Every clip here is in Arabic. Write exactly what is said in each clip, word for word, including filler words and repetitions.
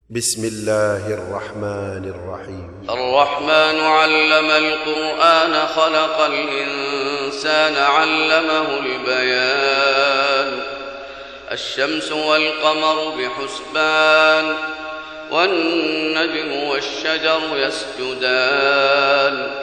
بسم الله الرحمن الرحيم. الرحمن علم القرآن خلق الإنسان علمه البيان. الشمس والقمر بحسبان والنجم والشجر يسجدان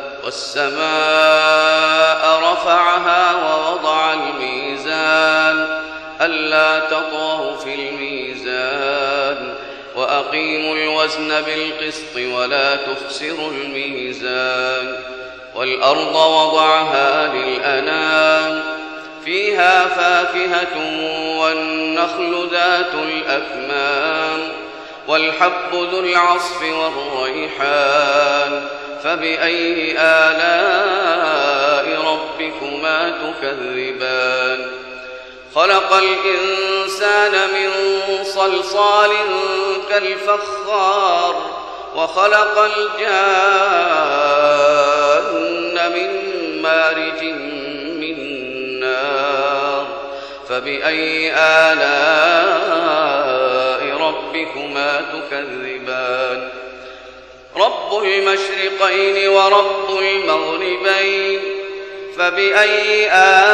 والسماء رفعها ووضع الميزان ألا تطغوا في الميزان وأقيموا الوزن بالقسط ولا تخسروا الميزان والأرض وضعها للأنام فيها فاكهة والنخل ذات الأكمام والحب ذو العصف والريحان فبأي آلاء ربكما تكذبان. خلق الإنسان من صلصال كالفخار وخلق الجان من مارج من نار فبأي آلاء ربكما تكذبان. رب المشرقين ورب المغربين فبأي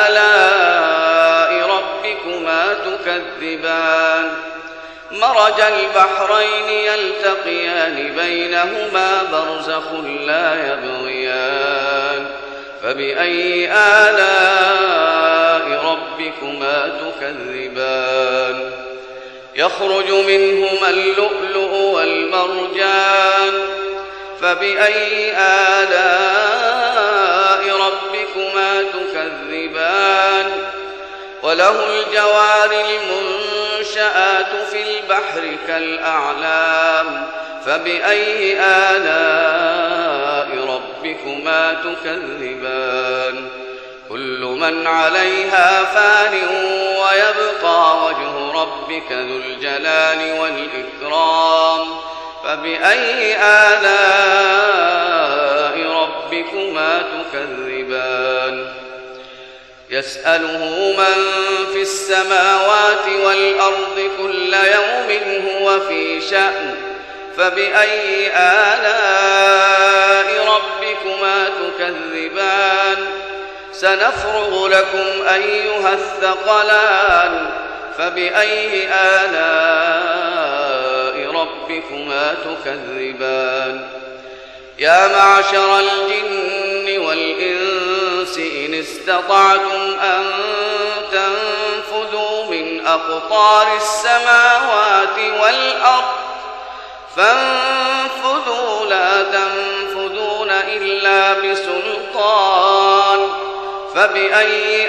آلاء ربكما تكذبان. مرج البحرين يلتقيان بينهما برزخ لا يبغيان فبأي آلاء ربكما تكذبان. يخرج منهما اللؤلؤ والمرجان فبأي آلاء ربكما تكذبان. وله الجوار المنشآت في البحر كالأعلام فبأي آلاء ربكما تكذبان. كل من عليها فان ويبقى وجه ربك ذو الجلال والإكرام فبأي آلاء ربكما تكذبان. يسأله من في السماوات والأرض كل يوم هو في شأن فبأي آلاء ربكما تكذبان. سنفرغ لكم أيها الثقلان فبأي آلاء ربكما تكذبان. يا معشر الجن والإنس إن استطعتم أن تنفذوا من أقطار السماوات والأرض فانفذوا لا تنفذون إلا بسلطان فبأي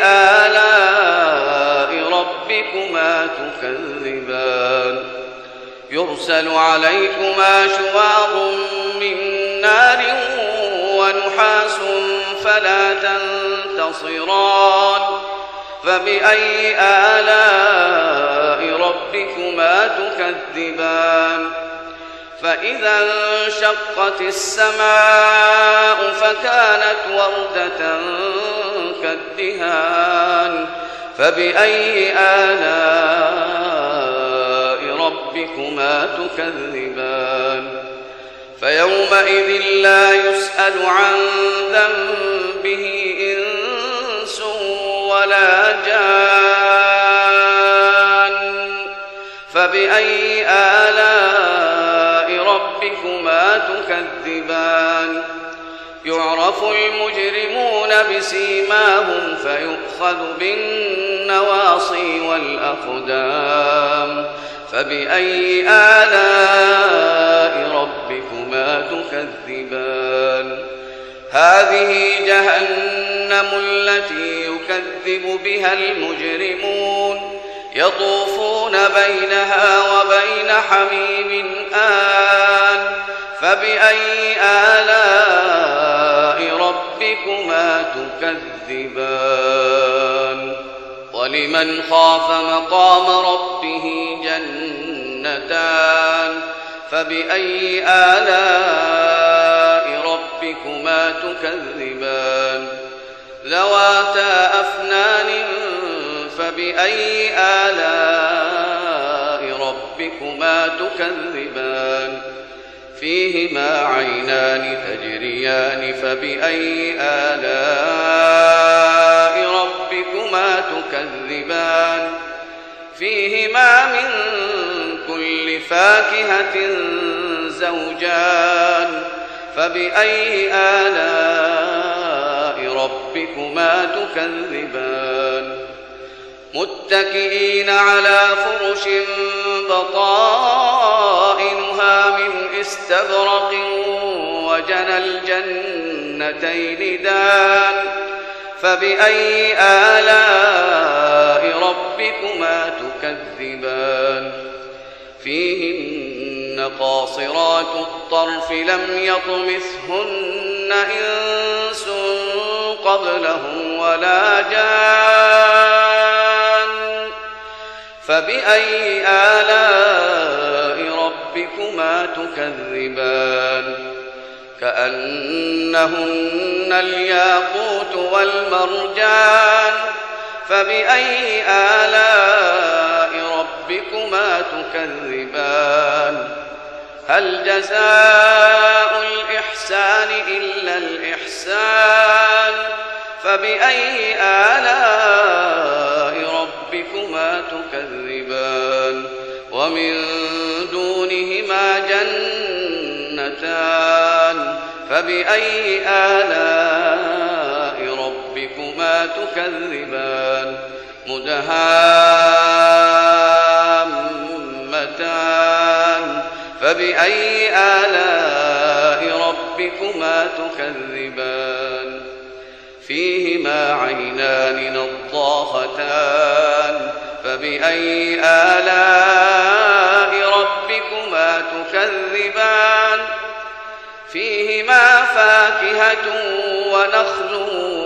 آلاء ربكما تكذبان. يرسل عليكما شواظ من نار ونحاس فلا تنتصران فبأي آلاء ربكما تكذبان. فإذا انشقت السماء فكانت وردة كالدهان فبأي آلاء ربكما تكذبان. فيومئذ لا يسأل عن ذنبه إنس ولا جان فبأي آلاء ربكما تكذبان. يعرف المجرمون بسيماهم فيؤخذ بالنواصي والأقدام فبأي آلاء ربكما تكذبان. هذه جهنم التي يكذب بها المجرمون يطوفون بينها وبين حميم آن فبأي آلاء ربكما تكذبان. ولمن خاف مقام ربه جنتان فبأي آلاء ربكما تكذبان. ذواتا أفنان فبأي آلاء ربكما تكذبان فيهما عينان تجريان فبأي آلاء ربكما تكذبان فيهما من كل فاكهة زوجان فبأي آلاء ربكما تكذبان متكئين على فرش بطائنها من استبرق وجنى الجنتين دان فبأي آلاء ربكما تكذبان فيهن قاصرات الطرف لم يطمثهن إنس قبلهم ولا جان فبأي آلاء ربكما تكذبان كأنهن الياقوت والمرجان فبأي آلاء ربكما تكذبان هل جزاء الإحسان إلا الإحسان فبأي آلاء ربكما تكذبان ومن دونهما جنتان فبأي آلاء ربكما تكذبان مدهامتان فبأي آلاء ربكما تكذبان فيهما عينان نضاختان فبأي آلاء ربكما تكذبان فيهما فاكهة ونخل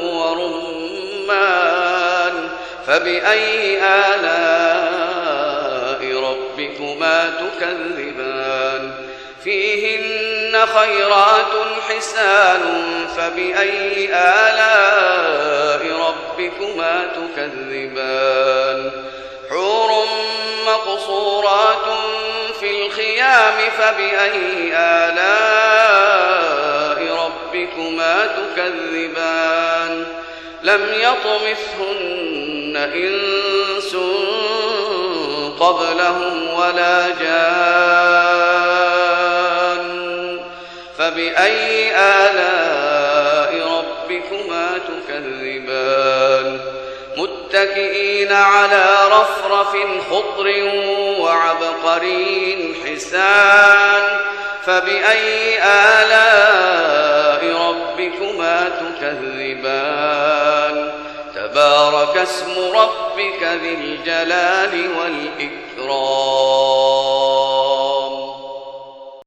ورمان فبأي آلاء ربكما تكذبان فيهن خيرات حسان فبأي آلاء ربكما تكذبان حور مقصورات في الخيام فبأي آلاء ربكما تكذبان لم يطمثهن إنس قبلهم ولا جان فبأي آلاء ربكما تكذبان متكئين على رفرف خضر وعبقري حسان فبأي آلاء ربكما تكذبان تبارك اسم ربك ذي الجلال والإكرام